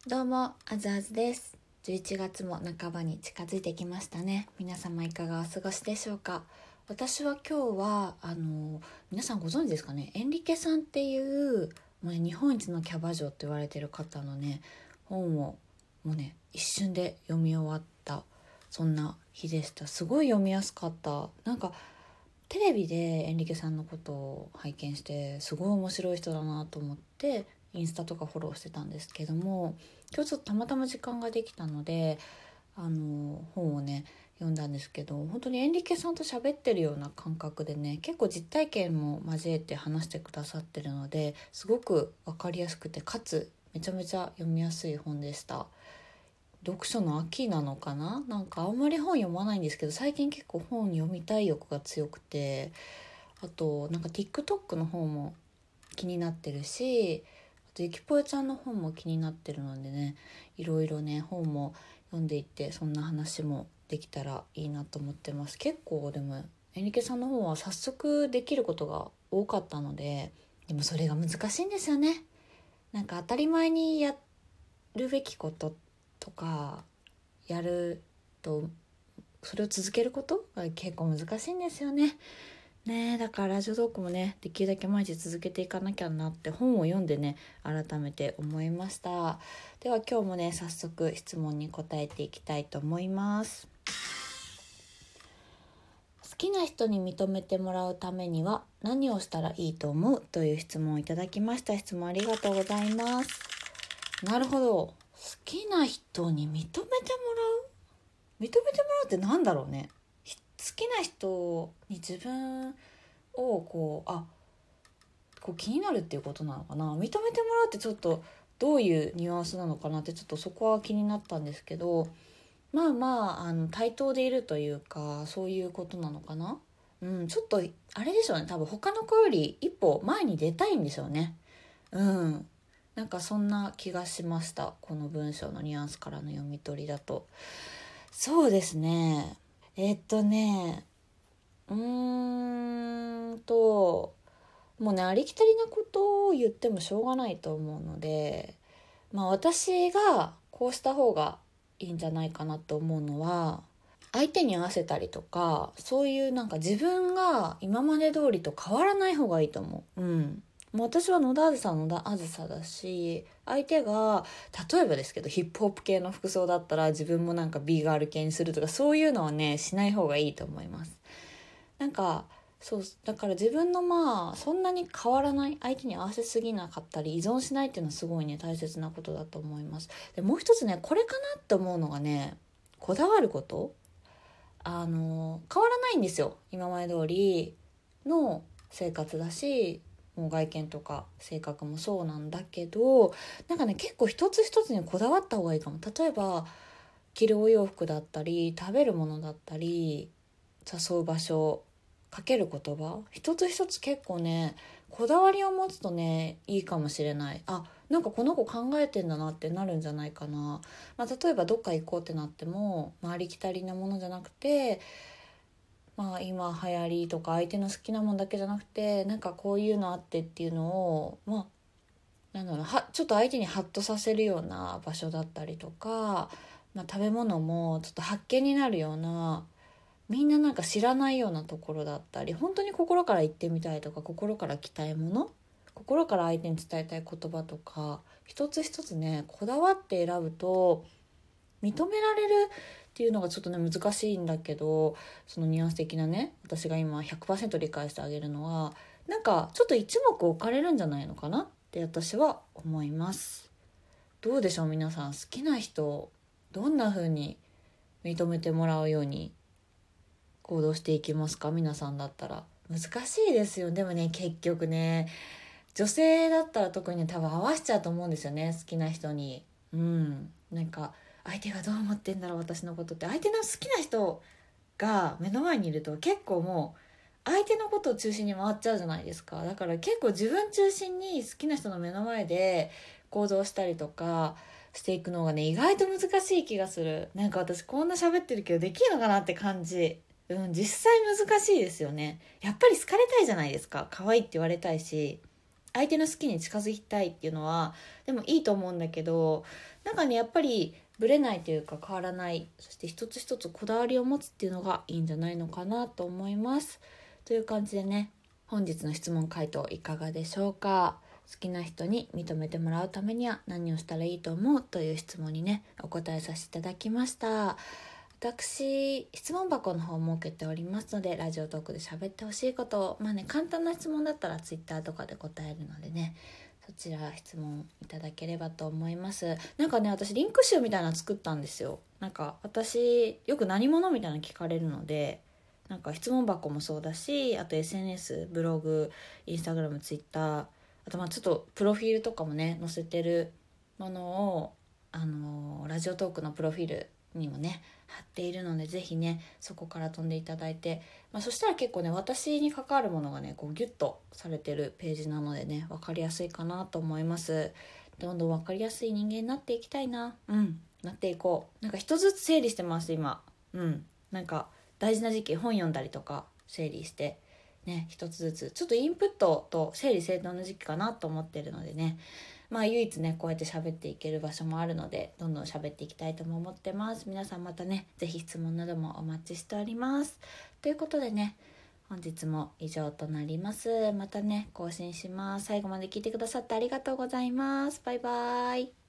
どうも、あずあずです。11月も半ばに近づいてきましたね。皆様いかがお過ごしでしょうか。私は今日は皆さんご存知ですかね、エンリケさんっていうもう、日本一のキャバ嬢と言われてる方のね本をもうね一瞬で読み終わった、そんな日でした。すごい読みやすかった。なんかテレビでエンリケさんのことを拝見してすごい面白い人だなと思ってインスタとかフォローしてたんですけども、今日ちょっとたまたま時間ができたので本をね読んだんですけど、本当にエンリケさんと喋ってるような感覚でね、結構実体験も交えて話してくださってるので、すごく分かりやすくてかつめちゃめちゃ読みやすい本でした。読書の秋なのかな、なんかあんまり本読まないんですけど、最近結構本読みたい欲が強くて、あとなんか TikTok の方も気になってるし、あとゆきぽよちゃんの本も気になってるのでね、いろいろね本も読んでいって、そんな話もできたらいいなと思ってます。結構でもエニケさんの本は早速できることが多かったので、でもそれが難しいんですよね。なんか当たり前にやるべきこととかやると、それを続けることが結構難しいんですよね。だからラジオトークもねできるだけ毎日続けていかなきゃなって本を読んでね改めて思いました。では今日もね早速質問に答えていきたいと思います。好きな人に認めてもらうためには何をしたらいいと思うという質問をいただきました。質問ありがとうございます。なるほど、好きな人に認めてもらうってなんだろうね。好きな人に自分をこう気になるっていうことなのかな。認めてもらうってちょっとどういうニュアンスなのかなって、ちょっとそこは気になったんですけど、対等でいるというかそういうことなのかな。ちょっとあれでしょうね、多分他の子より一歩前に出たいんでしょうね。なんかそんな気がしました、この文章のニュアンスからの読み取りだと。そうですね、うーんともうねありきたりなことを言ってもしょうがないと思うので、私がこうした方がいいんじゃないかなと思うのは、相手に合わせたりとか、そういうなんか自分が今まで通りと変わらない方がいいと思う。もう私は野田あずさ野田あずさだし、相手が例えばですけどヒップホップ系の服装だったら自分もなんか B ガール系にするとか、そういうのはねしない方がいいと思います。なんかそうだから自分のそんなに変わらない、相手に合わせすぎなかったり依存しないっていうのはすごいね大切なことだと思います。でもう一つね、これかなって思うのがね、こだわること。変わらないんですよ、今まで通りの生活だし、もう外見とか性格もそうなんだけど、なんかね結構一つ一つにこだわった方がいいかも。例えば着るお洋服だったり食べるものだったり誘う場所、かける言葉、一つ一つ結構ねこだわりを持つとねいいかもしれない。なんかこの子考えてんだなってなるんじゃないかな。例えばどっか行こうってなっても、ありきたりなものじゃなくて、今流行りとか相手の好きなものだけじゃなくて、なんかこういうのあってっていうのをなんだろうちょっと相手にハッとさせるような場所だったりとか、食べ物もちょっと発見になるような、みんななんか知らないようなところだったり、本当に心から言ってみたいとか、心から来たいもの、心から相手に伝えたい言葉とか、一つ一つねこだわって選ぶと認められるっていうのがちょっとね難しいんだけど、そのニュアンス的なね、私が今 100% 理解してあげるのは、なんかちょっと一目置かれるんじゃないのかなって私は思います。どうでしょう皆さん、好きな人どんな風に認めてもらうように行動していきますか？皆さんだったら。難しいですよ。でもね結局ね、女性だったら特に多分合わせちゃうと思うんですよね、好きな人に。なんか相手がどう思ってんだろう私のことって、相手の好きな人が目の前にいると結構もう相手のことを中心に回っちゃうじゃないですか。だから結構自分中心に好きな人の目の前で行動したりとかしていくのがね意外と難しい気がする。なんか私こんな喋ってるけどできるのかなって感じ。実際難しいですよね。やっぱり好かれたいじゃないですか。可愛いって言われたいし、 相手の好きに近づきたいっていうのはでもいいと思うんだけど、なんかねやっぱりぶれないというか変わらない、そして一つ一つこだわりを持つっていうのがいいんじゃないのかなと思います。という感じでね、本日の質問回答いかがでしょうか。好きな人に認めてもらうためには何をしたらいいと思うという質問にねお答えさせていただきました。私質問箱の方を設けておりますので、ラジオトークで喋ってほしいことを簡単な質問だったらツイッターとかで答えるのでね、そちら質問いただければと思います。なんかね私リンク集みたいなの作ったんですよ。なんか私よく何者みたいなの聞かれるので、なんか質問箱もそうだし、あと SNS ブログ、インスタグラム、ツイッター、あとちょっとプロフィールとかもね載せてるものをラジオトークのプロフィールにもね貼っているので、ぜひねそこから飛んでいただいて、そしたら結構ね私に関わるものがねこうギュッとされてるページなのでね分かりやすいかなと思います。どんどん分かりやすい人間になっていきたいな。なっていこう。なんか一つずつ整理してます今。なんか大事な時期本読んだりとか整理してね、一つずつちょっとインプットと整理整頓の時期かなと思ってるのでね、唯一ねこうやって喋っていける場所もあるので、どんどん喋っていきたいとも思ってます。皆さんまたねぜひ質問などもお待ちしております。ということでね、本日も以上となります。またね更新します。最後まで聞いてくださってありがとうございます。バイバイ。